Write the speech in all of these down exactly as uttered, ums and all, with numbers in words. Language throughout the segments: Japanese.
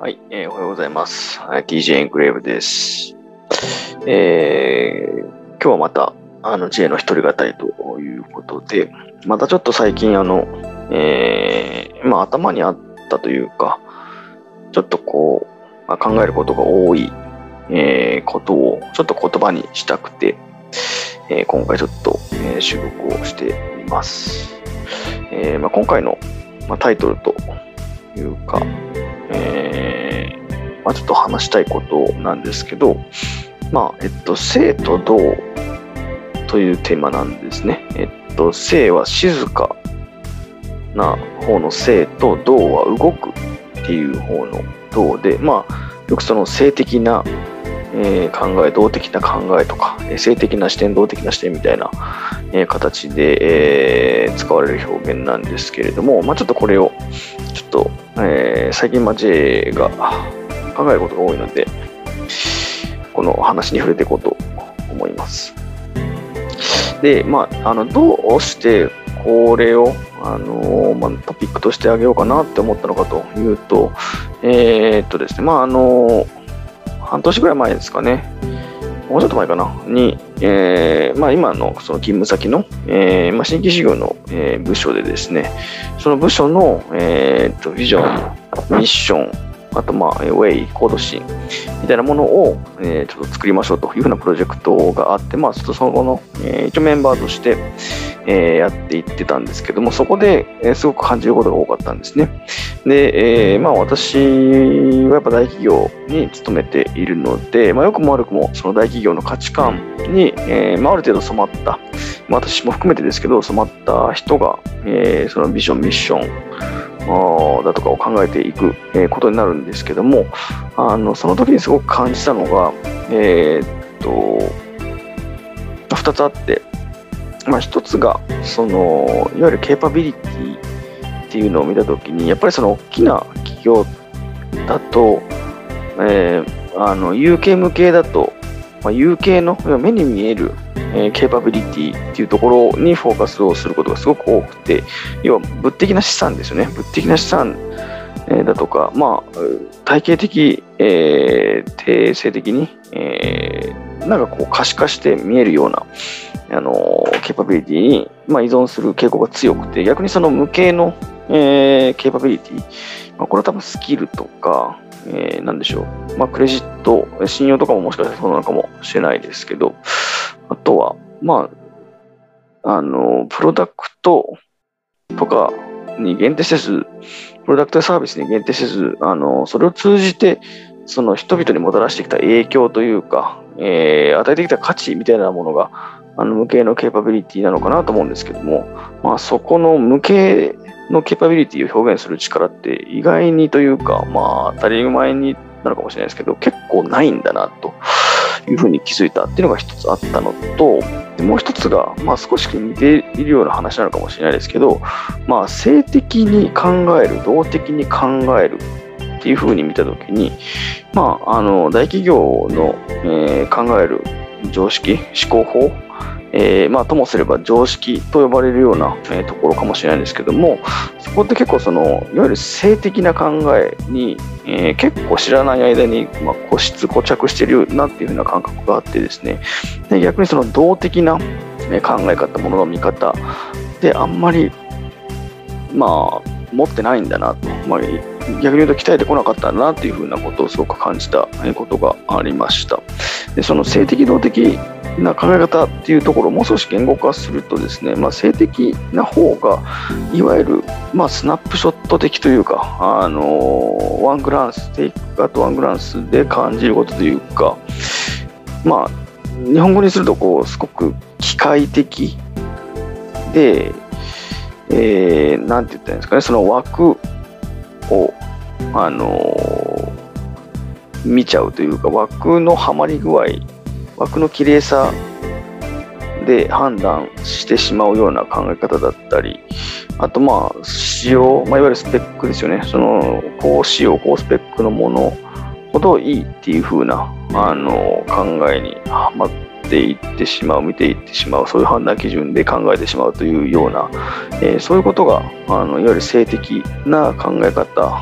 はい、えーおはようございます。はい ティージェー エンクレーブです。えー今日はまた、あの、J の一人語りということで、またちょっと最近、あの、えーまあ、頭にあったというか、ちょっとこう、まあ、考えることが多い、えーことをちょっと言葉にしたくて、えー今回ちょっと、えー収録をしています。えーまあ、今回の、まあ、タイトルというか、えーまあ、ちょっと話したいことなんですけど、まあ、えっと、静と動というテーマなんですね。えっと、静は静かな方の静と動は動くっていう方の動で、まあ、よくその静的な、えー考え、動的な考えとか、えー静的な視点、動的な視点みたいな、えー形で、えー使われる表現なんですけれども、まあ、ちょっとこれを、ちょっと、えー最近、まあ、J が考えることが多いので、この話に触れていこうと思います。で、まあ、あのどうしてこれを、あのまあ、トピックとしてあげようかなって思ったのかというと、えーっとですね、まあ、あの半年ぐらい前ですかね、もうちょっと前かな、に、えーまあ、今のその勤務先の、えーまあ、新規事業の、えー部署でですね、その部署の、えーっとビジョン、ミッション、あと、まあ、ウェイ、コードシーンみたいなものを、えーちょっと作りましょうというふうなプロジェクトがあって、まあ、ちょっとその後の、えー一応メンバーとして、えーやっていってたんですけども、そこで、えーすごく感じることが多かったんですね。で、えーまあ、私はやっぱ大企業に勤めているので、まあ、良くも悪くもその大企業の価値観に、えーまあ、ある程度染まった、まあ、私も含めてですけど、染まった人が、えーそのビジョン、ミッション、だとかを考えていくことになるんですけども、あのその時にすごく感じたのが、えーっとふたつあって、まあ、ひとつがそのいわゆるケーパビリティっていうのを見た時に、やっぱりその大きな企業だと、えー、あの有形無形だと、まあ、有形の目に見えるえー、ケーパビリティっていうところにフォーカスをすることがすごく多くて、要は物的な資産ですよね。物的な資産、えーだとか、まあ、体系的、えー定性的に、えーなんかこう可視化して見えるような、あのーケーパビリティに、まあ、依存する傾向が強くて、逆にその無形の、えーケーパビリティ、まあ、これは多分スキルとか、えー、なんでしょう、まあ、クレジット、信用とかももしかしたらそうなのかもしれないですけど、あとは、まあ、あの、プロダクトとかに限定せず、プロダクトやサービスに限定せず、あの、それを通じて、その人々にもたらしてきた影響というか、えー与えてきた価値みたいなものが、あの無形のケーパビリティなのかなと思うんですけども、まあ、そこの無形のケーパビリティを表現する力って意外にというか、まあ、当たり前になるかもしれないですけど、結構ないんだなというふうに気づいたっていうのが一つあったのと、でもう一つが、まあ、少し似ているような話なのかもしれないですけど、まあ、性的に考える、動的に考えるっていうふうに見たときに、まあ、あの大企業の、えー考える常識、思考法、えーまあ、ともすれば常識と呼ばれるような、えーところかもしれないんですけども、そこって結構そのいわゆる性的な考えに、えー結構知らない間に、まあ、固執固着してるなっていう風な感覚があってですね、で逆にその動的な、えー考え方、ものの見方であんまりまあ持ってないんだなと、まあ、逆に言うと鍛えてこなかったんだなっていう風なことをすごく感じたことがありました。でその性的動的な考え方っていうところをもう少し言語化するとですね、まあ、性的な方がいわゆる、まあ、スナップショット的というか、あのワングランステイクアウトワングランスで感じることというか、まあ日本語にするとこうすごく機械的で、えー、なんて言ったらいいんですかね、その枠をあの見ちゃうというか、枠のはまり具合、枠の綺麗さで判断してしまうような考え方だったり、あとまあ仕様、まあ、いわゆるスペックですよね。その高仕様、高スペックのものほどいいっていう風なあの考えにはまっていってしまう、見ていってしまう、そういう判断基準で考えてしまうというような、えーそういうことがあのいわゆる性的な考え方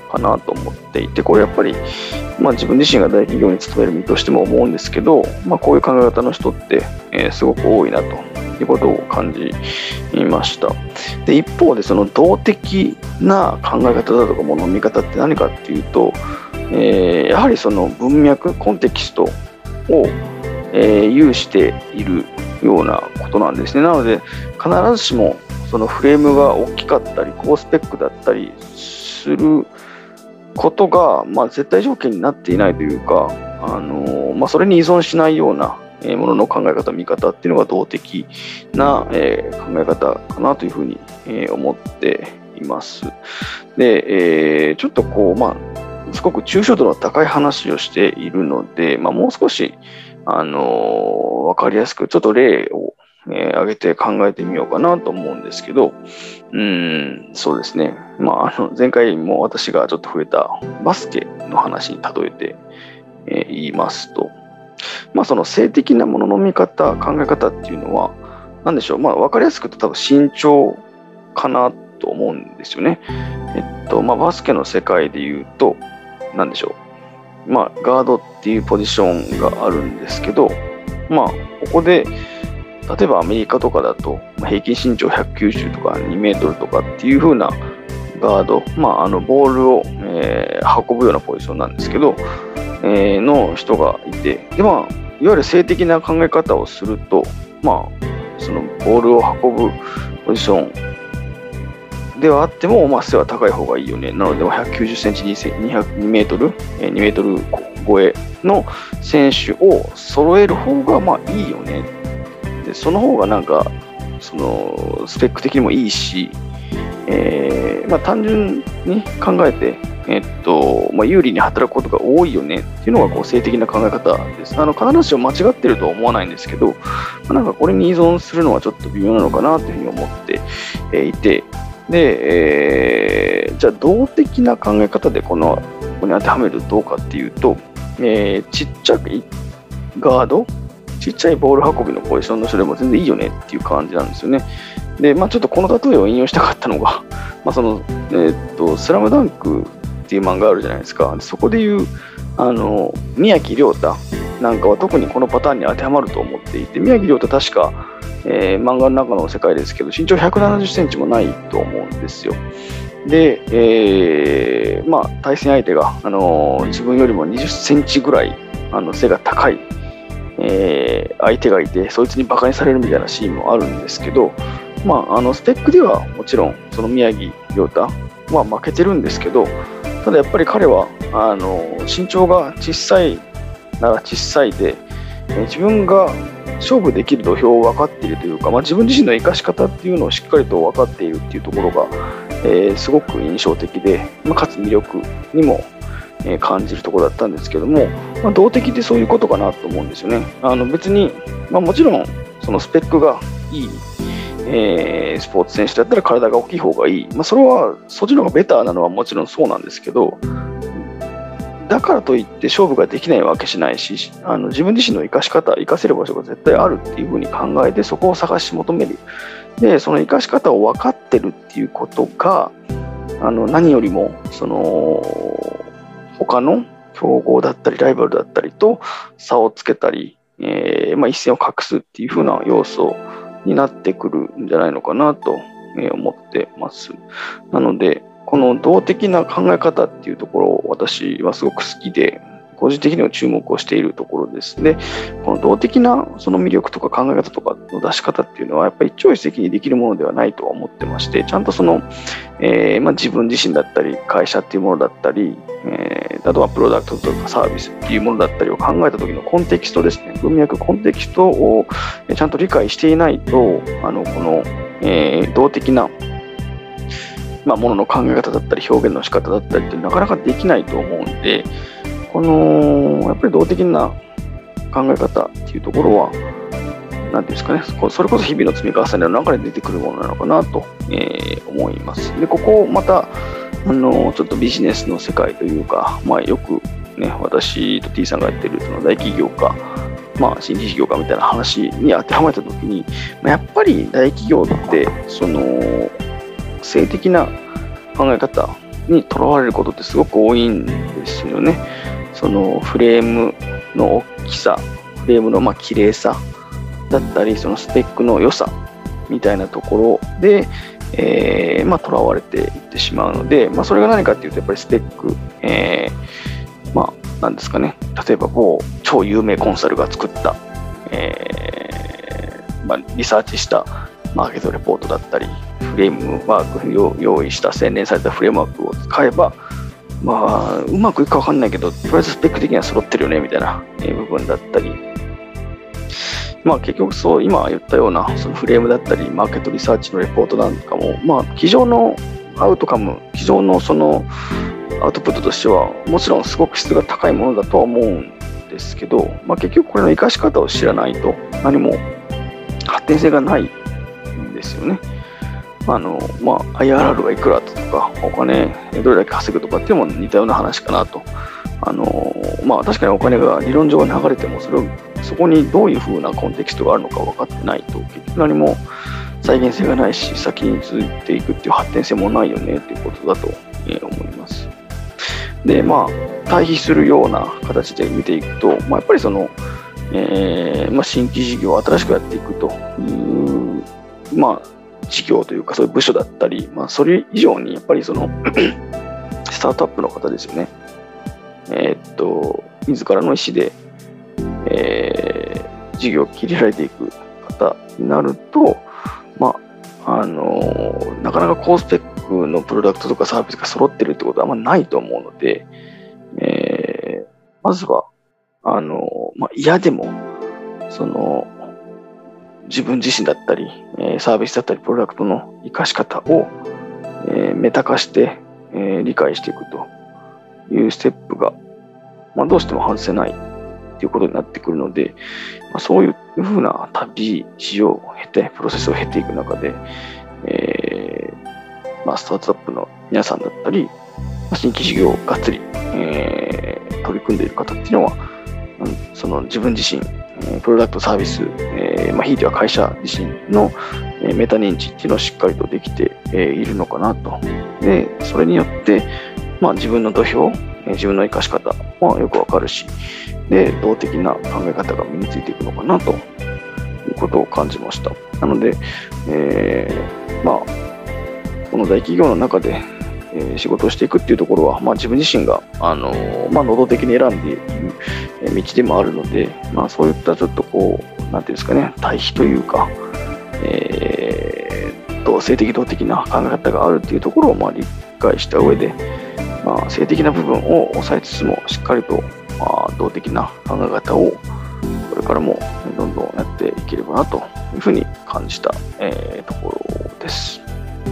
かなと思っていて、これやっぱり、まあ、自分自身が大企業に勤める身としても思うんですけど、まあ、こういう考え方の人って、えー、すごく多いなということを感じました。で、一方でその動的な考え方だとかものの見方って何かっていうと、えー、やはりその文脈コンテキストを、えー、有しているようなことなんですね。なので必ずしもそのフレームが大きかったり高スペックだったりすることが、まあ、絶対条件になっていないというか、あのーまあ、それに依存しないようなものの考え方見方っていうのが動的な、えー、考え方かなというふうに、えー、思っています。で、えー、ちょっとこうまあすごく抽象度の高い話をしているので、まあ、もう少しあのー、分かりやすくちょっと例を、えー、挙げて考えてみようかなと思うんですけど、うーんそうですね、まあ、あの前回も私がちょっと触れたバスケの話に例えて、えー、言いますと、まあ、その性的なものの見方、考え方っていうのは、何でしょう、まあ、分かりやすく言うと多分身長かなと思うんですよね。えっと、まあ、バスケの世界で言うと、何でしょう、まあ、ガードっていうポジションがあるんですけど、まあ、ここで、例えばアメリカとかだと、平均身長ひゃくきゅうじゅうとかにメートルとかっていう風なガード、まあ、あのボールを、えー、運ぶようなポジションなんですけど、えー、の人がいて、で、まあ、いわゆる性的な考え方をすると、まあ、そのボールを運ぶポジションではあっても、まあ、背は高い方がいいよね。なので、ひゃくきゅうじゅっセンチ、にメートル、にメートル超えの選手を揃える方が、まあ、いいよね。で、その方がなんか、その、スペック的にもいいし、えー、まあ、単純に考えて、えっとまあ、有利に働くことが多いよねっていうのがこう性的な考え方です。あの必ずしも間違ってるとは思わないんですけど、まあ、なんかこれに依存するのはちょっと微妙なのかなというふうに思っていて、で、えー、じゃあ動的な考え方でこのここに当てはめるとどうかっていうと、えー、ちっちゃいガード、ちっちゃいボール運びのポジションの人でも全然いいよねっていう感じなんですよね。で、まあ、ちょっとこの例えを引用したかったのが、まあそのえー、っとスラムダンクっていう漫画あるじゃないですか。そこでいうあの宮城亮太なんかは特にこのパターンに当てはまると思っていて、宮城亮太確か、えー、漫画の中の世界ですけど身長ひゃくななじゅっセンチもないと思うんですよ。で、えーまあ、対戦相手が、あのー、自分よりもにじゅっセンチぐらいあの背が高い、えー、相手がいて、そいつにバカにされるみたいなシーンもあるんですけど、まあ、あのスペックではもちろんその宮城亮太は負けてるんですけど、ただやっぱり彼はあの身長が小さいなら小さいで、えー、自分が勝負できる土俵を分かっているというか、まあ、自分自身の生かし方っていうのをしっかりと分かっているっていうところが、えー、すごく印象的で、まあ、かつ魅力にも、えー、感じるところだったんですけども、まあ、動的ってそういうことかなと思うんですよね。あの別に、まあ、もちろんそのスペックがいいえー、スポーツ選手だったら体が大きい方がいい、まあ、それはそっちの方がベターなのはもちろんそうなんですけど、だからといって勝負ができないわけしないし、あの自分自身の生かし方、生かせる場所が絶対あるっていうふうに考えて、そこを探し求める。で、その生かし方を分かってるっていうことが、あの何よりもその他の競合だったりライバルだったりと差をつけたり、えーまあ、一線を画すっていうふうな要素になってくるんじゃないのかなと思ってます。なので、この動的な考え方っていうところを私はすごく好きで、個人的には注目をしているところです。で、この動的なその魅力とか考え方とかの出し方っていうのは、やっぱり一朝一夕にできるものではないとは思ってまして、ちゃんとその、えーまあ、自分自身だったり、会社っていうものだったり、えー、あとはプロダクトとかサービスっていうものだったりを考えた時のコンテキストですね、文脈、コンテキストをちゃんと理解していないと、あのこの、えー、動的なまあ、ものの考え方だったり表現の仕方だったりってなかなかできないと思うんで、このやっぱり動的な考え方っていうところは何ていうんですかね、それこそ日々の積み重ねの中で出てくるものなのかなと、えー、思います。で、ここをまたあのちょっとビジネスの世界というか、まあ、よくね、私と T さんがやってるその大企業か、まあ、新規事業かみたいな話に当てはめたときに、まあ、やっぱり大企業ってその性的な考え方にとらわれることってすごく多いんですよね。そのフレームの大きさ、フレームのまあ綺麗さだったり、そのスペックの良さみたいなところで、えー、まあとらわれていってしまうので、まあ、それが何かっていうと、やっぱりスペック、えー、まあなんですかね、例えば某超有名コンサルが作った、えーまあ、リサーチしたマーケットレポートだったり、フレームワークを用意した洗練されたフレームワークを使えば、まあ、うまくいくか分かんないけど、とりあえずスペック的には揃ってるよねみたいな部分だったり、まあ結局そう、今言ったようなそのフレームだったり、マーケットリサーチのレポートなんかも、まあ、机上のアウトカム、机上のそのアウトプットとしては、もちろんすごく質が高いものだとは思うんですけど、まあ、結局これの活かし方を知らないと何も発展性がないんですよね。あのまあ、アイアールアール がいくらとか、お金どれだけ稼ぐとかっていうのも似たような話かなと。あのまあ、確かにお金が理論上流れても、それをそこにどういうふうなコンテキストがあるのか分かってないと、結局何も再現性がないし、先に続いていくっていう発展性もないよねっていうことだと思います。で、まあ、対比するような形で見ていくと、まあ、やっぱりその、えーまあ、新規事業を新しくやっていくという、まあ、事業というかそういう部署だったり、まあ、それ以上にやっぱりそのスタートアップの方ですよね。えー、っと自らの意思で、えー、事業を切り開いていく方になると、まああのー、なかなか高スペックのプロダクトとかサービスが揃ってるってことはあんまないと思うので、えー、まずはあのーまあ、嫌でもその自分自身だったり、えー、サービスだったりプロダクトの活かし方を、えー、メタ化して、えー、理解していくというステップが、まあ、どうしても外せないということになってくるので、まあ、そういうふうな旅路を経てプロセスを経ていく中で、えーまあ、スタートアップの皆さんだったり、新規事業をがっつり、えー、取り組んでいる方っていうのは、その自分自身プロダクトサービス、えーまあ、ひいては会社自身のメタ認知っていうのをしっかりとできているのかなと。で、それによって、まあ、自分の土俵、自分の生かし方もよくわかるし、で、動的な考え方が身についていくのかなということを感じました。なので、えー、まあ、この大企業の中で、えー、仕事をしていくっていうところは、まあ、自分自身が、あのーまあ、能動的に選んでいる道でもあるので、まあ、そういったちょっとこう、なんていうんですかね、対比というか、えー、と性的動的な考え方があるっていうところをまあ理解した上で、まあ、性的な部分を抑えつつも、しっかりと、まあ、動的な考え方をこれからもどんどんやっていければなというふうに感じた、えー、ところです。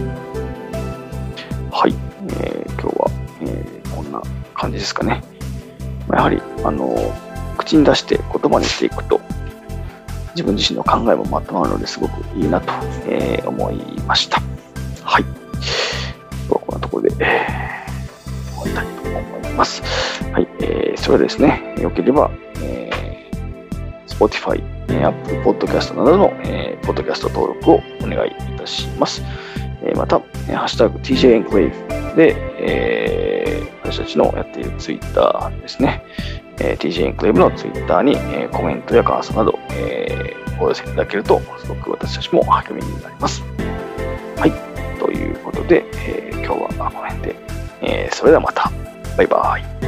はい、えー、今日は、えー、こんな感じですかね。やはりあの口に出して言葉にしていくと自分自身の考えもまとまるのですごくいいなと、えー、思いました。はい。今日はこんなところで、えー、終わりたいと思います。はい。えー、それではですね、よければ、えー、Spotify、Apple Podcast などの、えー、ポッドキャスト登録をお願いいたします。えー、また、ハッシュタグ ティージェー エンクレイブで、えー、私たちのやっているツイッターですね、えー、ティージェー エンクレイブのツイッターに、えー、コメントや感想など、えー、お寄せいただけると、すごく私たちも励みになります。はい。ということで、えー、今日はこの辺で、えー、それではまた。バイバイ。